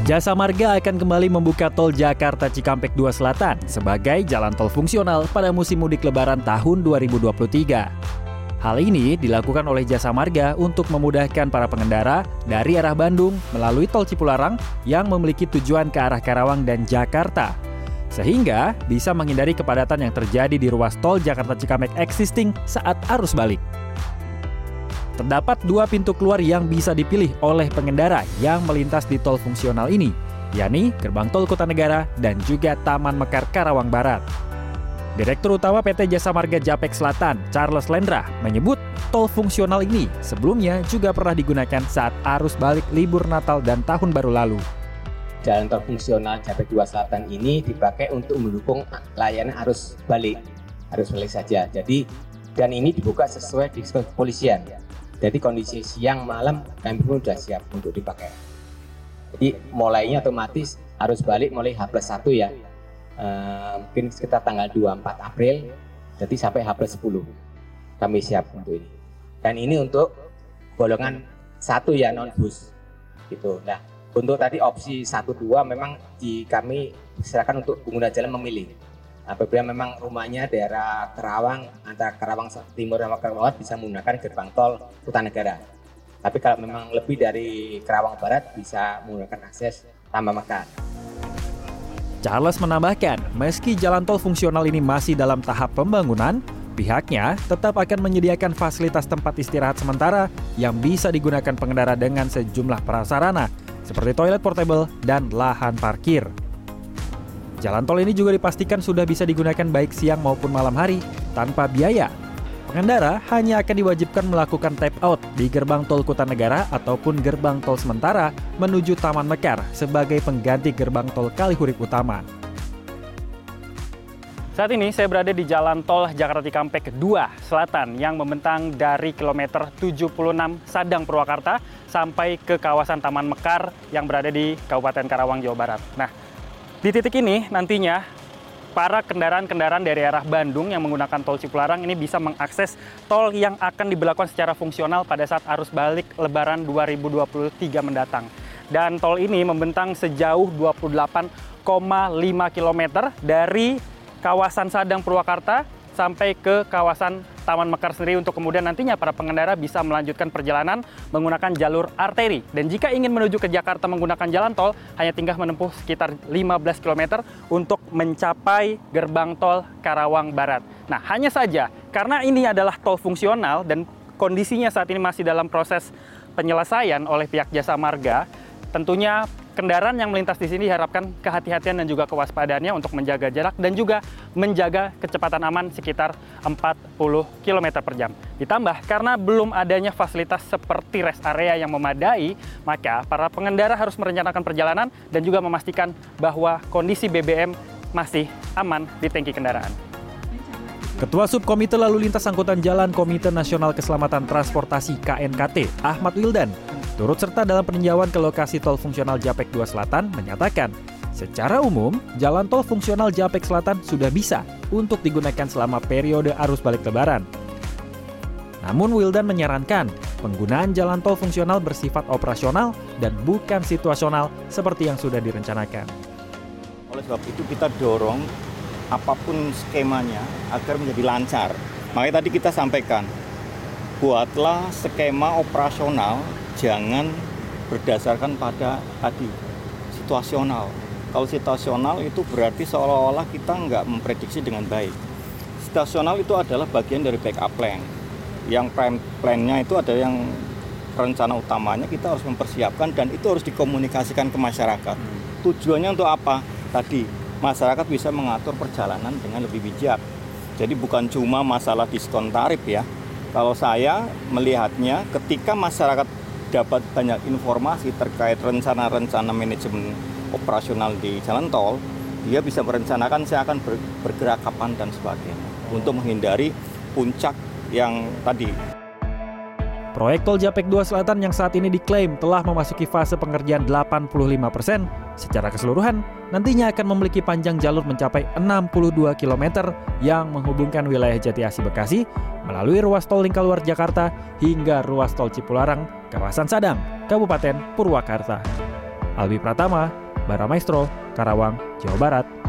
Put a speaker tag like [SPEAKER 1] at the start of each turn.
[SPEAKER 1] Jasa Marga akan kembali membuka tol Jakarta Cikampek 2 Selatan sebagai jalan tol fungsional pada musim mudik Lebaran tahun 2023. Hal ini dilakukan oleh Jasa Marga untuk memudahkan para pengendara dari arah Bandung melalui tol Cipularang yang memiliki tujuan ke arah Karawang dan Jakarta, sehingga bisa menghindari kepadatan yang terjadi di ruas tol Jakarta Cikampek existing saat arus balik. Terdapat 2 pintu keluar yang bisa dipilih oleh pengendara yang melintas di tol fungsional ini, yakni Gerbang Tol Kutanegara dan juga Taman Mekar Karawang Barat. Direktur Utama PT Jasa Marga Japek Selatan, Charles Lendra, menyebut tol fungsional ini sebelumnya juga pernah digunakan saat arus balik libur Natal dan Tahun Baru lalu.
[SPEAKER 2] Jalan tol fungsional Japek 2 Selatan ini dipakai untuk mendukung layanan arus balik saja. Dan ini dibuka sesuai diskon kepolisian. Jadi kondisi siang malam kami pun sudah siap untuk dipakai. Jadi mulainya otomatis arus balik mulai H+1 ya. Mungkin sekitar tanggal 24 April, jadi sampai H+10 kami siap untuk ini. Dan ini untuk golongan 1 ya, non bus gitu. Nah, untuk tadi opsi 1, 2 memang kami silakan untuk pengguna jalan memilih. Apabila memang rumahnya daerah Karawang, antara Karawang Timur dan Karawang Barat bisa menggunakan gerbang tol Kutanegara. Tapi kalau memang lebih dari Karawang Barat bisa menggunakan akses Taman Mekar.
[SPEAKER 1] Charles menambahkan, meski jalan tol fungsional ini masih dalam tahap pembangunan, pihaknya tetap akan menyediakan fasilitas tempat istirahat sementara yang bisa digunakan pengendara dengan sejumlah prasarana, seperti toilet portable dan lahan parkir. Jalan tol ini juga dipastikan sudah bisa digunakan baik siang maupun malam hari tanpa biaya. Pengendara hanya akan diwajibkan melakukan tap out di gerbang tol Kutanegara ataupun gerbang tol sementara menuju Taman Mekar sebagai pengganti gerbang tol Kalihurip utama. Saat ini saya berada di jalan tol Jakarta Cikampek 2 Selatan yang membentang dari kilometer 76 Sadang Purwakarta sampai ke kawasan Taman Mekar yang berada di Kabupaten Karawang, Jawa Barat. Nah, di titik ini nantinya para kendaraan-kendaraan dari arah Bandung yang menggunakan tol Cipularang ini bisa mengakses tol yang akan diberlakukan secara fungsional pada saat arus balik Lebaran 2023 mendatang. Dan tol ini membentang sejauh 28,5 km dari kawasan Sadang Purwakarta sampai ke kawasan Taman Mekar sendiri untuk kemudian nantinya para pengendara bisa melanjutkan perjalanan menggunakan jalur arteri. Dan jika ingin menuju ke Jakarta menggunakan jalan tol, hanya tinggal menempuh sekitar 15 km untuk mencapai gerbang tol Karawang Barat. Nah, hanya saja karena ini adalah tol fungsional dan kondisinya saat ini masih dalam proses penyelesaian oleh pihak Jasa Marga, tentunya kendaraan yang melintas di sini diharapkan kehati-hatian dan juga kewaspadaannya untuk menjaga jarak dan juga menjaga kecepatan aman sekitar 40 km per jam. Ditambah, karena belum adanya fasilitas seperti rest area yang memadai, maka para pengendara harus merencanakan perjalanan dan juga memastikan bahwa kondisi BBM masih aman di tangki kendaraan. Ketua Subkomite Lalu Lintas Angkutan Jalan Komite Nasional Keselamatan Transportasi KNKT, Ahmad Wildan, turut serta dalam peninjauan ke lokasi tol fungsional Japek 2 Selatan menyatakan, secara umum, jalan tol fungsional Japek Selatan sudah bisa untuk digunakan selama periode arus balik Lebaran. Namun Wildan menyarankan, penggunaan jalan tol fungsional bersifat operasional dan bukan situasional seperti yang sudah direncanakan.
[SPEAKER 3] Oleh sebab itu kita dorong apapun skemanya agar menjadi lancar. Makanya tadi kita sampaikan, buatlah skema operasional, jangan berdasarkan pada tadi situasional. Kalau situasional itu berarti seolah-olah kita nggak memprediksi dengan baik. Situasional itu adalah bagian dari backup plan. Yang prime plan-nya itu ada yang rencana utamanya kita harus mempersiapkan dan itu harus dikomunikasikan ke masyarakat. Tujuannya untuk apa? Tadi masyarakat bisa mengatur perjalanan dengan lebih bijak. Jadi bukan cuma masalah diskon tarif ya. Kalau saya melihatnya ketika masyarakat dapat banyak informasi terkait rencana-rencana manajemen operasional di jalan tol, dia bisa merencanakan saya akan bergerak kapan dan sebagainya untuk menghindari puncak yang tadi.
[SPEAKER 1] Proyek tol Japek 2 Selatan yang saat ini diklaim telah memasuki fase pengerjaan 85%, secara keseluruhan nantinya akan memiliki panjang jalur mencapai 62 km yang menghubungkan wilayah Jati Asih Bekasi melalui ruas tol Lingkar Luar Jakarta hingga ruas tol Cipularang, kawasan Sadang, Kabupaten Purwakarta.
[SPEAKER 4] Albi Pratama, Baramaestro, Karawang, Jawa Barat.